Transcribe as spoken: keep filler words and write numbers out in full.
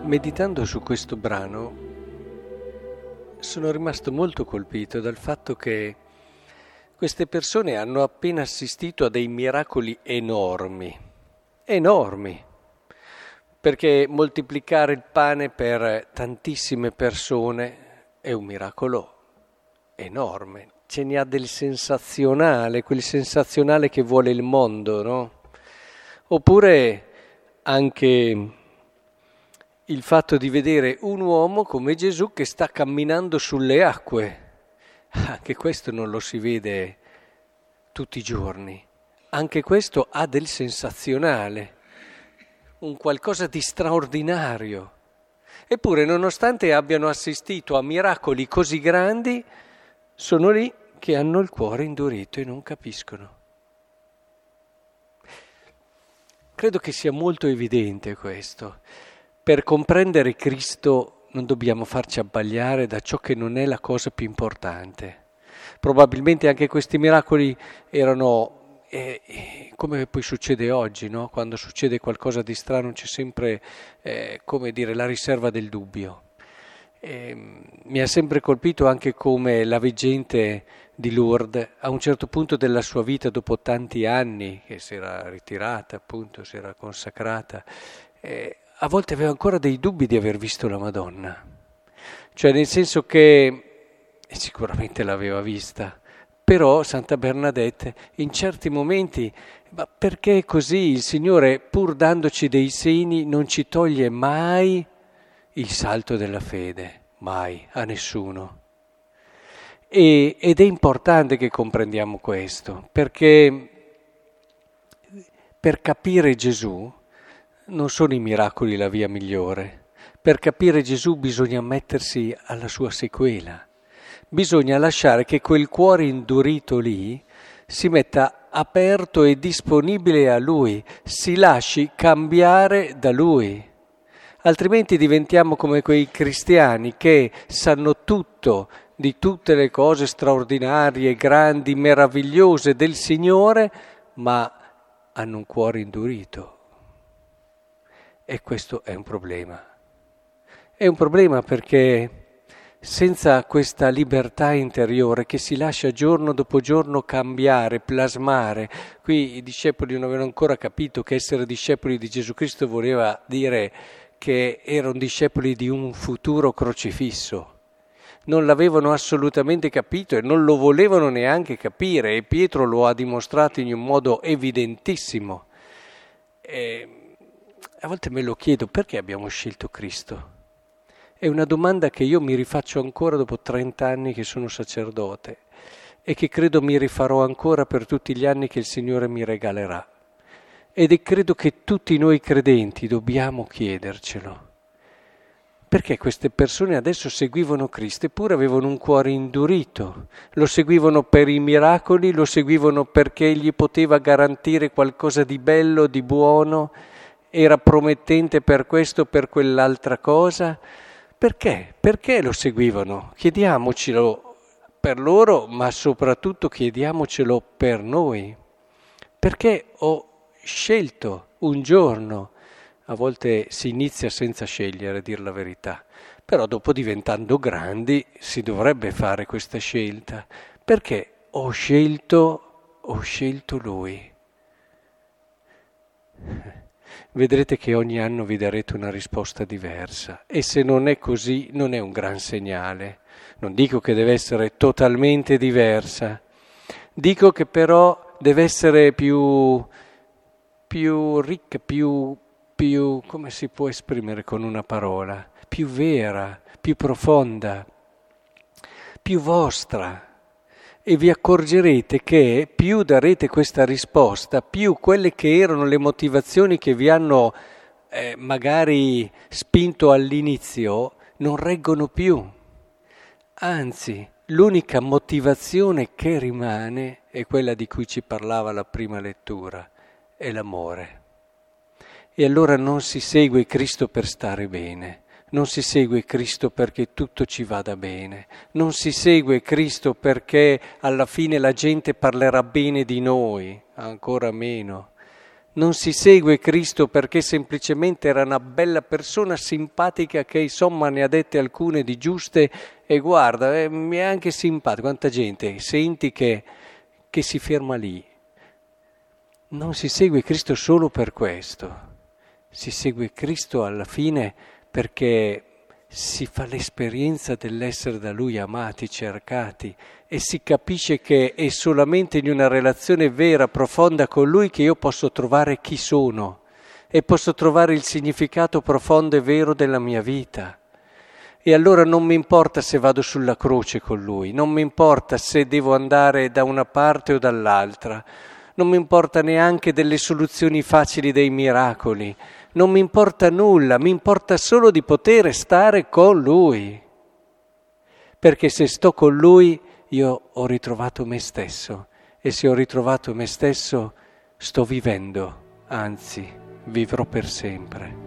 Meditando su questo brano sono rimasto molto colpito dal fatto che queste persone hanno appena assistito a dei miracoli enormi, enormi, perché moltiplicare il pane per tantissime persone è un miracolo enorme, ce ne ha del sensazionale, quel sensazionale che vuole il mondo, no? Oppure anche il fatto di vedere un uomo come Gesù che sta camminando sulle acque, anche questo non lo si vede tutti i giorni, anche questo ha del sensazionale, un qualcosa di straordinario. Eppure, nonostante abbiano assistito a miracoli così grandi, sono lì che hanno il cuore indurito e non capiscono. Credo che sia molto evidente questo. Per comprendere Cristo non dobbiamo farci abbagliare da ciò che non è la cosa più importante. Probabilmente anche questi miracoli erano, eh, eh, come poi succede oggi, no? Quando succede qualcosa di strano c'è sempre, eh, come dire, la riserva del dubbio. E, mi ha sempre colpito anche come la veggente di Lourdes, a un certo punto della sua vita, dopo tanti anni che si era ritirata, appunto, si era consacrata, eh, a volte aveva ancora dei dubbi di aver visto la Madonna, cioè nel senso che sicuramente l'aveva vista, però Santa Bernadette in certi momenti, ma perché così il Signore, pur dandoci dei segni, non ci toglie mai il salto della fede, mai, a nessuno. E, ed è importante che comprendiamo questo, perché per capire Gesù non sono i miracoli la via migliore. Per capire Gesù bisogna mettersi alla sua sequela. Bisogna lasciare che quel cuore indurito lì si metta aperto e disponibile a Lui, si lasci cambiare da Lui. Altrimenti diventiamo come quei cristiani che sanno tutto di tutte le cose straordinarie, grandi, meravigliose del Signore, ma hanno un cuore indurito. E questo è un problema. È un problema perché senza questa libertà interiore che si lascia giorno dopo giorno cambiare, plasmare, qui i discepoli non avevano ancora capito che essere discepoli di Gesù Cristo voleva dire che erano discepoli di un futuro crocifisso. Non l'avevano assolutamente capito e non lo volevano neanche capire, e Pietro lo ha dimostrato in un modo evidentissimo. E a volte me lo chiedo, perché abbiamo scelto Cristo? È una domanda che io mi rifaccio ancora dopo trent'anni che sono sacerdote e che credo mi rifarò ancora per tutti gli anni che il Signore mi regalerà. Ed è credo che tutti noi credenti dobbiamo chiedercelo. Perché queste persone adesso seguivano Cristo eppure avevano un cuore indurito? Lo seguivano per i miracoli, lo seguivano perché gli poteva garantire qualcosa di bello, di buono, era promettente per questo, per quell'altra cosa. Perché? Perché lo seguivano? Chiediamocelo per loro, ma soprattutto chiediamocelo per noi. Perché ho scelto un giorno, a volte si inizia senza scegliere, a dir la verità, però dopo diventando grandi si dovrebbe fare questa scelta. Perché ho scelto, ho scelto Lui. Vedrete che ogni anno vi darete una risposta diversa e se non è così non è un gran segnale. Non dico che deve essere totalmente diversa, dico che però deve essere più, più ricca, più, più, come si può esprimere con una parola, più vera, più profonda, più vostra. E vi accorgerete che più darete questa risposta, più quelle che erano le motivazioni che vi hanno eh, magari spinto all'inizio non reggono più. Anzi, l'unica motivazione che rimane è quella di cui ci parlava la prima lettura, è l'amore. E allora non si segue Cristo per stare bene. Non si segue Cristo perché tutto ci vada bene, non si segue Cristo perché alla fine la gente parlerà bene di noi, ancora meno. Non si segue Cristo perché semplicemente era una bella persona simpatica che insomma ne ha dette alcune di giuste e guarda, eh, mi è anche simpatico. Quanta gente senti che, che si ferma lì. Non si segue Cristo solo per questo, si segue Cristo alla fine perché si fa l'esperienza dell'essere da Lui amati, cercati e si capisce che è solamente in una relazione vera, profonda con Lui che io posso trovare chi sono e posso trovare il significato profondo e vero della mia vita. E allora non mi importa se vado sulla croce con Lui, non mi importa se devo andare da una parte o dall'altra, non mi importa neanche delle soluzioni facili dei miracoli, non mi importa nulla, mi importa solo di poter stare con Lui. Perché se sto con Lui io ho ritrovato me stesso e se ho ritrovato me stesso sto vivendo, anzi vivrò per sempre.